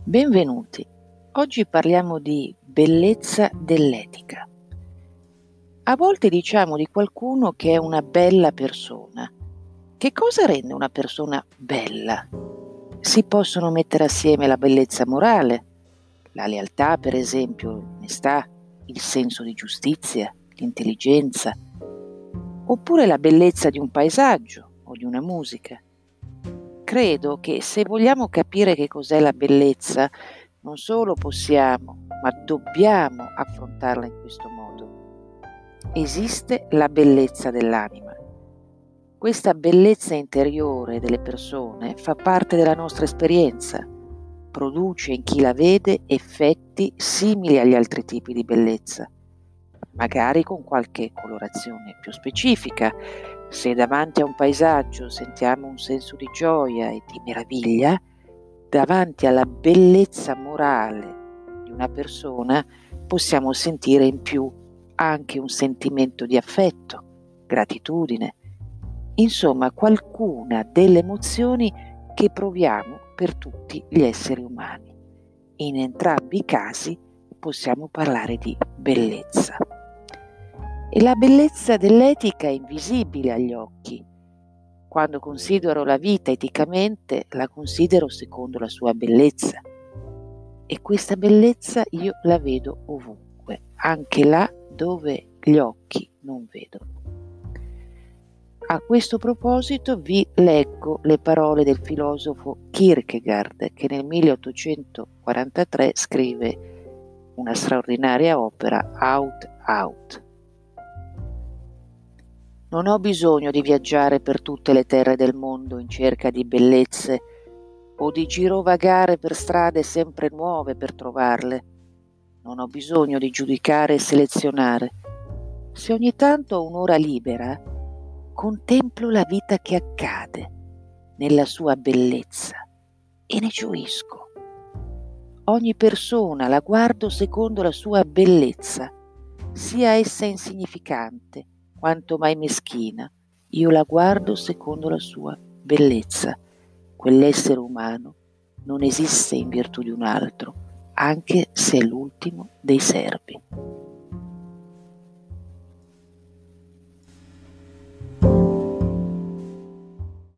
Benvenuti. Oggi parliamo di bellezza dell'etica. A volte diciamo di qualcuno che è una bella persona. Che cosa rende una persona bella? Si possono mettere assieme la bellezza morale, la lealtà, per esempio, l'onestà, il senso di giustizia, l'intelligenza, oppure la bellezza di un paesaggio o di una musica. Credo che se vogliamo capire che cos'è la bellezza, non solo possiamo, ma dobbiamo affrontarla in questo modo. Esiste la bellezza dell'anima. Questa bellezza interiore delle persone fa parte della nostra esperienza, produce in chi la vede effetti simili agli altri tipi di bellezza, magari con qualche colorazione più specifica. Se davanti a un paesaggio sentiamo un senso di gioia e di meraviglia, davanti alla bellezza morale di una persona possiamo sentire in più anche un sentimento di affetto, gratitudine, insomma qualcuna delle emozioni che proviamo per tutti gli esseri umani. In entrambi i casi possiamo parlare di bellezza. E la bellezza dell'etica è invisibile agli occhi. Quando considero la vita eticamente, la considero secondo la sua bellezza. E questa bellezza io la vedo ovunque, anche là dove gli occhi non vedono. A questo proposito vi leggo le parole del filosofo Kierkegaard, che nel 1843 scrive una straordinaria opera, Out Out. Non ho bisogno di viaggiare per tutte le terre del mondo in cerca di bellezze o di girovagare per strade sempre nuove per trovarle. Non ho bisogno di giudicare e selezionare. Se ogni tanto ho un'ora libera, contemplo la vita che accade nella sua bellezza e ne gioisco. Ogni persona la guardo secondo la sua bellezza, sia essa insignificante quanto mai meschina, io la guardo secondo la sua bellezza. Quell'essere umano non esiste in virtù di un altro, anche se è l'ultimo dei servi.